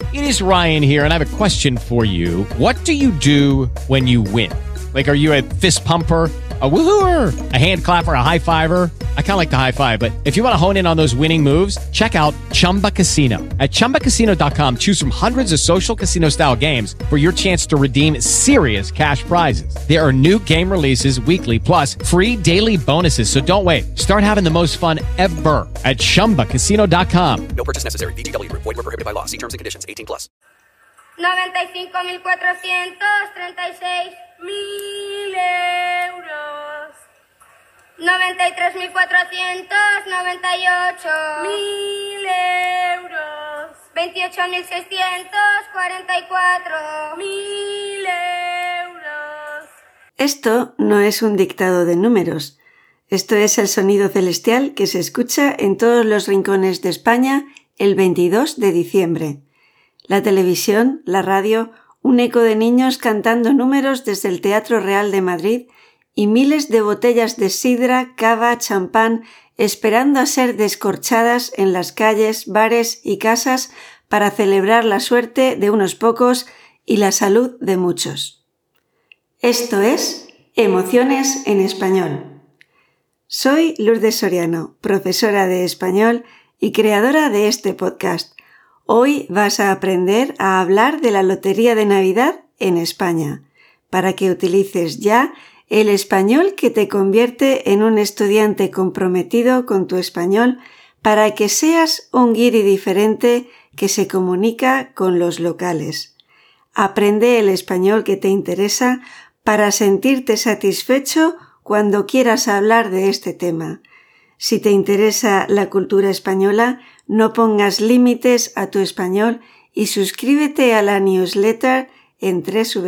It is Ryan here, and I have a question for you. What do you do when you win? Like, are you a fist pumper, a woohooer, a hand clapper, a high fiver? I kind of like the high five, but if you want to hone in on those winning moves, check out Chumba Casino. At ChumbaCasino.com, choose from hundreds of social casino-style games for your chance to redeem serious cash prizes. There are new game releases weekly, plus free daily bonuses, so don't wait. Start having the most fun ever at ChumbaCasino.com. No purchase necessary. VGW Group. Void where prohibited by law. See terms and conditions. 18+. 95.436.000 euros. 93.498.000 euros. 28.644.000 euros. Esto no es un dictado de números. Esto es el sonido celestial que se escucha en todos los rincones de España el 22 de diciembre. La televisión, la radio, un eco de niños cantando números desde el Teatro Real de Madrid y miles de botellas de sidra, cava, champán esperando a ser descorchadas en las calles, bares y casas para celebrar la suerte de unos pocos y la salud de muchos. Esto es Emociones en Español. Soy Lourdes Soriano, profesora de español y creadora de este podcast. Hoy vas a aprender a hablar de la Lotería de Navidad en España, para que utilices ya el español que te convierte en un estudiante comprometido con tu español, para que seas un guiri diferente que se comunica con los locales. Aprende el español que te interesa para sentirte satisfecho cuando quieras hablar de este tema. Si te interesa la cultura española, no pongas límites a tu español y suscríbete a la newsletter en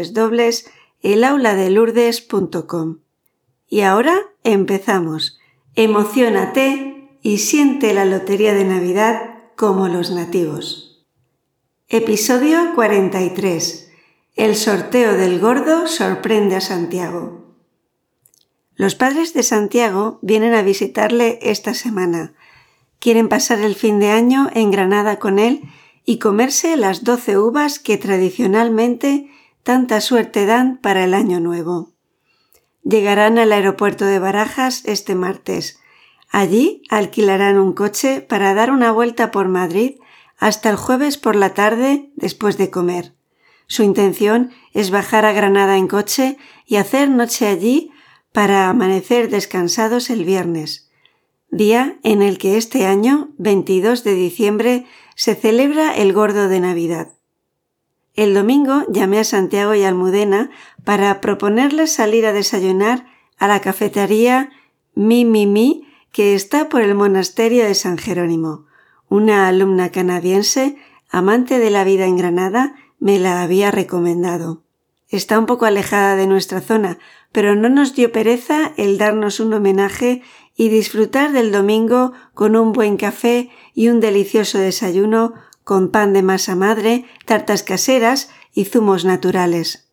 www.elauladelourdes.com. Y ahora empezamos. Emociónate y siente la Lotería de Navidad como los nativos. Episodio 43. El sorteo del gordo sorprende a Santiago. Los padres de Santiago vienen a visitarle esta semana. Quieren pasar el fin de año en Granada con él y comerse las 12 uvas que tradicionalmente tanta suerte dan para el año nuevo. Llegarán al aeropuerto de Barajas este martes. Allí alquilarán un coche para dar una vuelta por Madrid hasta el jueves por la tarde después de comer. Su intención es bajar a Granada en coche y hacer noche allí para amanecer descansados el viernes, día en el que este año, 22 de diciembre, se celebra el Gordo de Navidad. El domingo llamé a Santiago y a Almudena para proponerles salir a desayunar a la cafetería Mi, que está por el monasterio de San Jerónimo. Una alumna canadiense, amante de la vida en Granada, me la había recomendado. Está un poco alejada de nuestra zona, pero no nos dio pereza el darnos un homenaje y disfrutar del domingo con un buen café y un delicioso desayuno con pan de masa madre, tartas caseras y zumos naturales.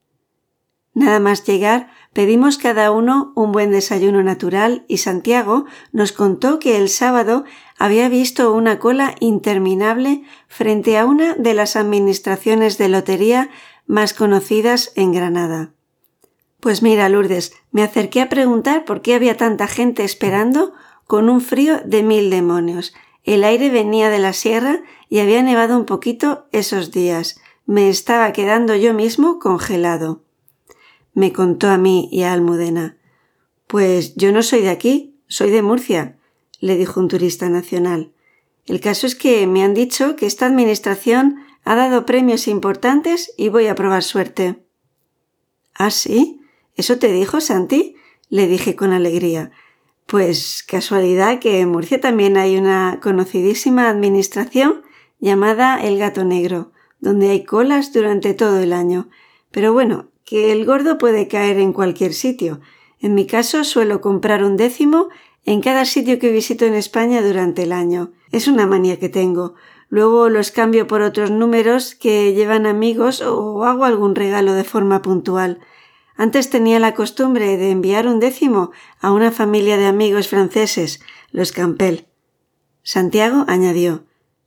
Nada más llegar, pedimos cada uno un buen desayuno natural y Santiago nos contó que el sábado había visto una cola interminable frente a una de las administraciones de lotería más conocidas en Granada. Pues mira, Lourdes, me acerqué a preguntar por qué había tanta gente esperando con un frío de 1000 demonios. El aire venía de la sierra y había nevado un poquito esos días. Me estaba quedando yo mismo congelado. Me contó a mí y a Almudena. Pues yo no soy de aquí, soy de Murcia, le dijo un turista nacional. El caso es que me han dicho que esta administración ha dado premios importantes y voy a probar suerte. ¿Ah, sí? ¿Eso te dijo, Santi? Le dije con alegría. Pues casualidad que en Murcia también hay una conocidísima administración llamada El Gato Negro, donde hay colas durante todo el año. Pero bueno, que el gordo puede caer en cualquier sitio. En mi caso suelo comprar un décimo en cada sitio que visito en España durante el año. Es una manía que tengo. Luego los cambio por otros números que llevan amigos o hago algún regalo de forma puntual. Antes tenía la costumbre de enviar un décimo a una familia de amigos franceses, los Campbell. Santiago añadió: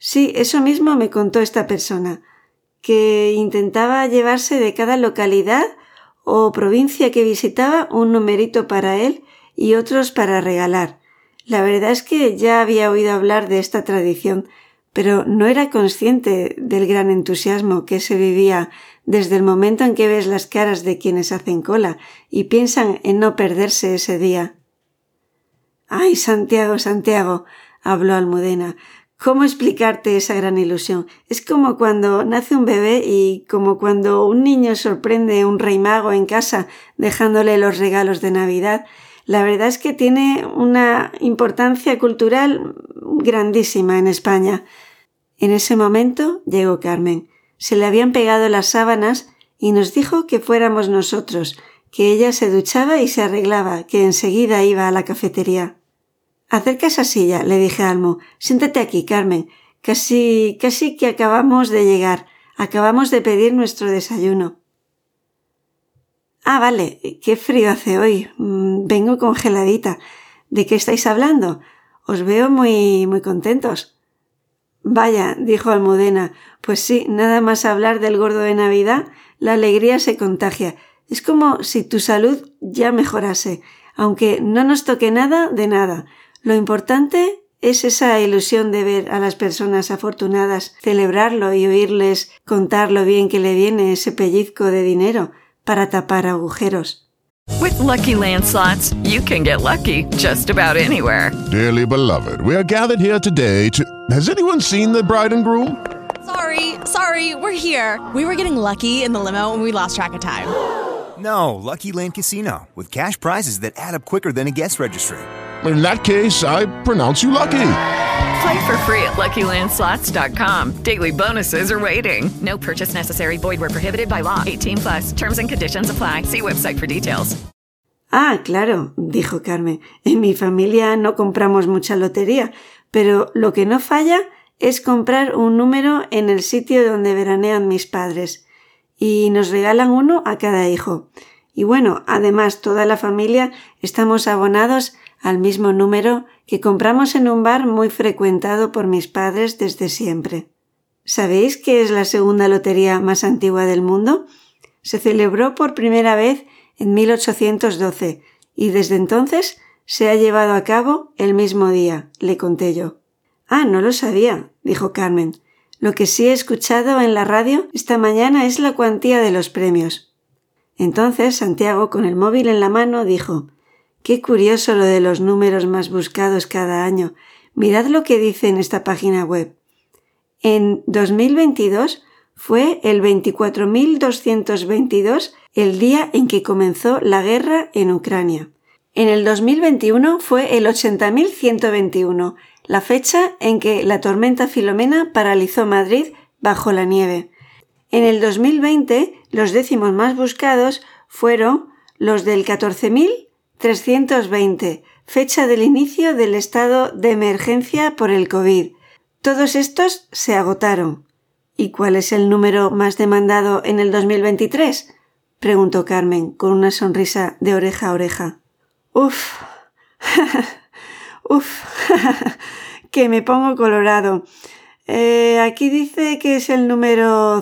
Sí, eso mismo me contó esta persona, que intentaba llevarse de cada localidad o provincia que visitaba un numerito para él y otros para regalar. La verdad es que ya había oído hablar de esta tradición, pero no era consciente del gran entusiasmo que se vivía desde el momento en que ves las caras de quienes hacen cola y piensan en no perderse ese día. «Ay, Santiago, Santiago», habló Almudena, «¿cómo explicarte esa gran ilusión? Es como cuando nace un bebé y como cuando un niño sorprende a un rey mago en casa dejándole los regalos de Navidad. La verdad es que tiene una importancia cultural grandísima en España». En ese momento llegó Carmen. Se le habían pegado las sábanas y nos dijo que fuéramos nosotros, que ella se duchaba y se arreglaba, que enseguida iba a la cafetería. «Acerca esa silla», le dije a Almu. «Siéntate aquí, Carmen. Casi que acabamos de llegar. Acabamos de pedir nuestro desayuno». «Ah, vale. Qué frío hace hoy. Vengo congeladita. ¿De qué estáis hablando? Os veo muy contentos». «Vaya», dijo Almudena, «pues sí, nada más hablar del gordo de Navidad, la alegría se contagia. Es como si tu salud ya mejorase, aunque no nos toque nada de nada. Lo importante es esa ilusión de ver a las personas afortunadas celebrarlo y oírles contar lo bien que le viene ese pellizco de dinero para tapar agujeros». With Lucky Land Slots, you can get lucky just about anywhere. Dearly beloved, we are gathered here today to... Has anyone seen the bride and groom? Sorry, we're here. We were getting lucky in the limo and we lost track of time. No, Lucky Land Casino, with cash prizes that add up quicker than a guest registry. In that case, I pronounce you lucky. Play for free at LuckyLandSlots.com. Daily bonuses are waiting. No purchase necessary. Void where prohibited by law. 18+. Terms and conditions apply. See website for details. «Ah, claro», dijo Carmen. «En mi familia no compramos mucha lotería, pero lo que no falla es comprar un número en el sitio donde veranean mis padres. Y nos regalan uno a cada hijo. Y bueno, además toda la familia estamos abonados al mismo número que compramos en un bar muy frecuentado por mis padres desde siempre». ¿Sabéis qué es la segunda lotería más antigua del mundo? Se celebró por primera vez en 1812 y desde entonces se ha llevado a cabo el mismo día, le conté yo. «Ah, no lo sabía», dijo Carmen. «Lo que sí he escuchado en la radio esta mañana es la cuantía de los premios». Entonces Santiago, con el móvil en la mano, dijo: «Qué curioso lo de los números más buscados cada año. Mirad lo que dice en esta página web. En 2022 fue el 24.222 el día en que comenzó la guerra en Ucrania. En el 2021 fue el 80.121, la fecha en que la tormenta Filomena paralizó Madrid bajo la nieve. En el 2020 los décimos más buscados fueron los del 14.320, fecha del inicio del estado de emergencia por el COVID. Todos estos se agotaron. ¿Y cuál es el número más demandado en el 2023? Preguntó Carmen con una sonrisa de oreja a oreja. Uf, que me pongo colorado. Aquí dice que es el número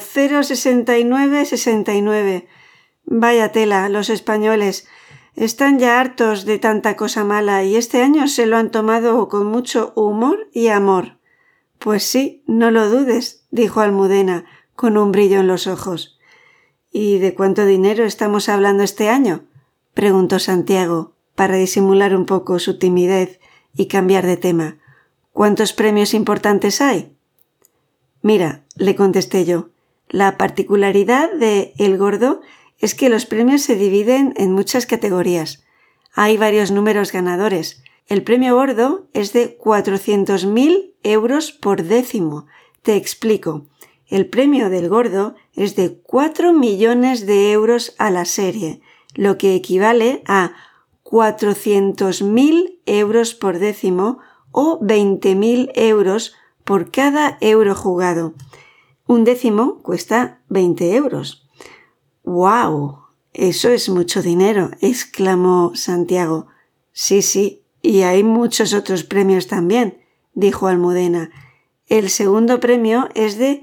06969. Vaya tela, los españoles. Están ya hartos de tanta cosa mala y este año se lo han tomado con mucho humor y amor. Pues sí, no lo dudes, dijo Almudena, con un brillo en los ojos. ¿Y de cuánto dinero estamos hablando este año?, preguntó Santiago, para disimular un poco su timidez y cambiar de tema. ¿Cuántos premios importantes hay? Mira, le contesté yo, la particularidad de El Gordo es que los premios se dividen en muchas categorías. Hay varios números ganadores. El premio gordo es de 400.000 euros por décimo. Te explico. El premio del Gordo es de 4 millones de euros a la serie, lo que equivale a 400.000 euros por décimo o 20.000 euros por cada euro jugado. Un décimo cuesta 20 euros. ¡Guau! Eso es mucho dinero, exclamó Santiago. Sí, y hay muchos otros premios también, dijo Almudena. El segundo premio es de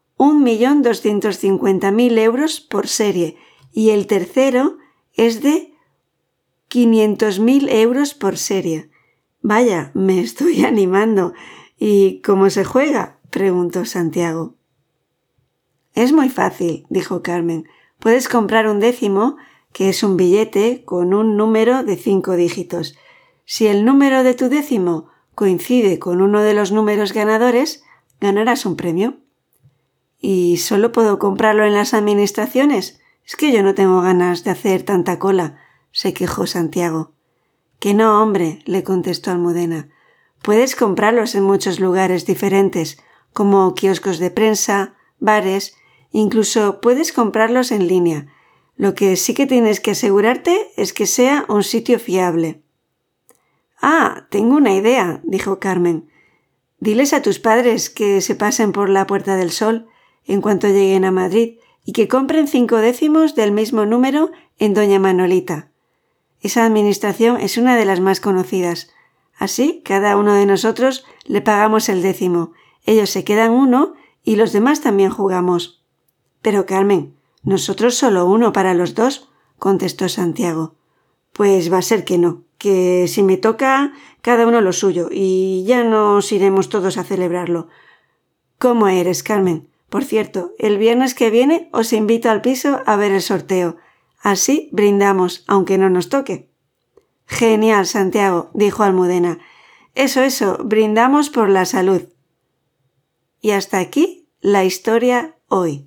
1.250.000 euros por serie y el tercero es de 500.000 euros por serie. Vaya, me estoy animando. ¿Y cómo se juega?, preguntó Santiago. Es muy fácil, dijo Carmen. Puedes comprar un décimo, que es un billete con un número de 5 dígitos. Si el número de tu décimo coincide con uno de los números ganadores, ganarás un premio. ¿Y solo puedo comprarlo en las administraciones? Es que yo no tengo ganas de hacer tanta cola, se quejó Santiago. Que no, hombre, le contestó Almudena. Puedes comprarlos en muchos lugares diferentes, como kioscos de prensa, bares, incluso puedes comprarlos en línea. Lo que sí que tienes que asegurarte es que sea un sitio fiable. Ah, tengo una idea, dijo Carmen. Diles a tus padres que se pasen por la Puerta del Sol en cuanto lleguen a Madrid y que compren 5 décimos del mismo número en Doña Manolita. Esa administración es una de las más conocidas. Así, cada uno de nosotros le pagamos el décimo. Ellos se quedan uno y los demás también jugamos. Pero, Carmen, nosotros solo uno para los dos, contestó Santiago. Pues va a ser que no, que si me toca, cada uno lo suyo y ya nos iremos todos a celebrarlo. ¿Cómo eres, Carmen? Por cierto, el viernes que viene os invito al piso a ver el sorteo. Así brindamos, aunque no nos toque. Genial, Santiago, dijo Almudena. Eso, brindamos por la salud. Y hasta aquí la historia hoy.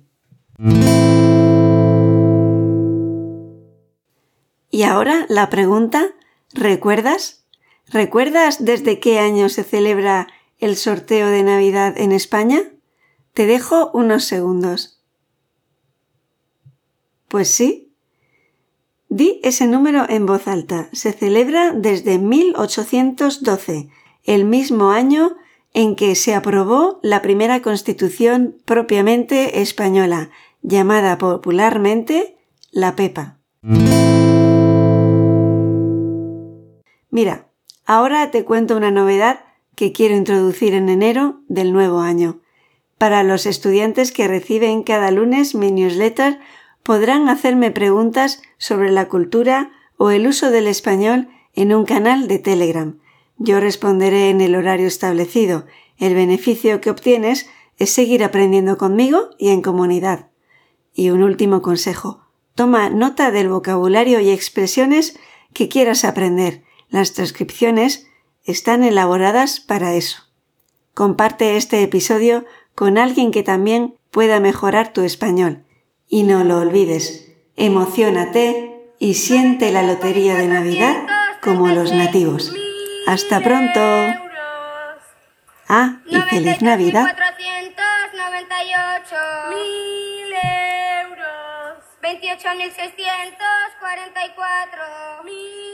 Y ahora la pregunta, ¿recuerdas? ¿Recuerdas desde qué año se celebra el sorteo de Navidad en España? Te dejo unos segundos. Pues sí. Di ese número en voz alta. Se celebra desde 1812, el mismo año en que se aprobó la primera Constitución propiamente española, llamada popularmente la Pepa. Mira, ahora te cuento una novedad que quiero introducir en enero del nuevo año. Para los estudiantes que reciben cada lunes mi newsletter, podrán hacerme preguntas sobre la cultura o el uso del español en un canal de Telegram. Yo responderé en el horario establecido. El beneficio que obtienes es seguir aprendiendo conmigo y en comunidad. Y un último consejo. Toma nota del vocabulario y expresiones que quieras aprender. Las transcripciones están elaboradas para eso. Comparte este episodio con alguien que también pueda mejorar tu español. Y no lo olvides, emociónate y siente la lotería de Navidad como los nativos. ¡Hasta pronto! Ah, y feliz Navidad. 498. 1.000 euros. 28.644.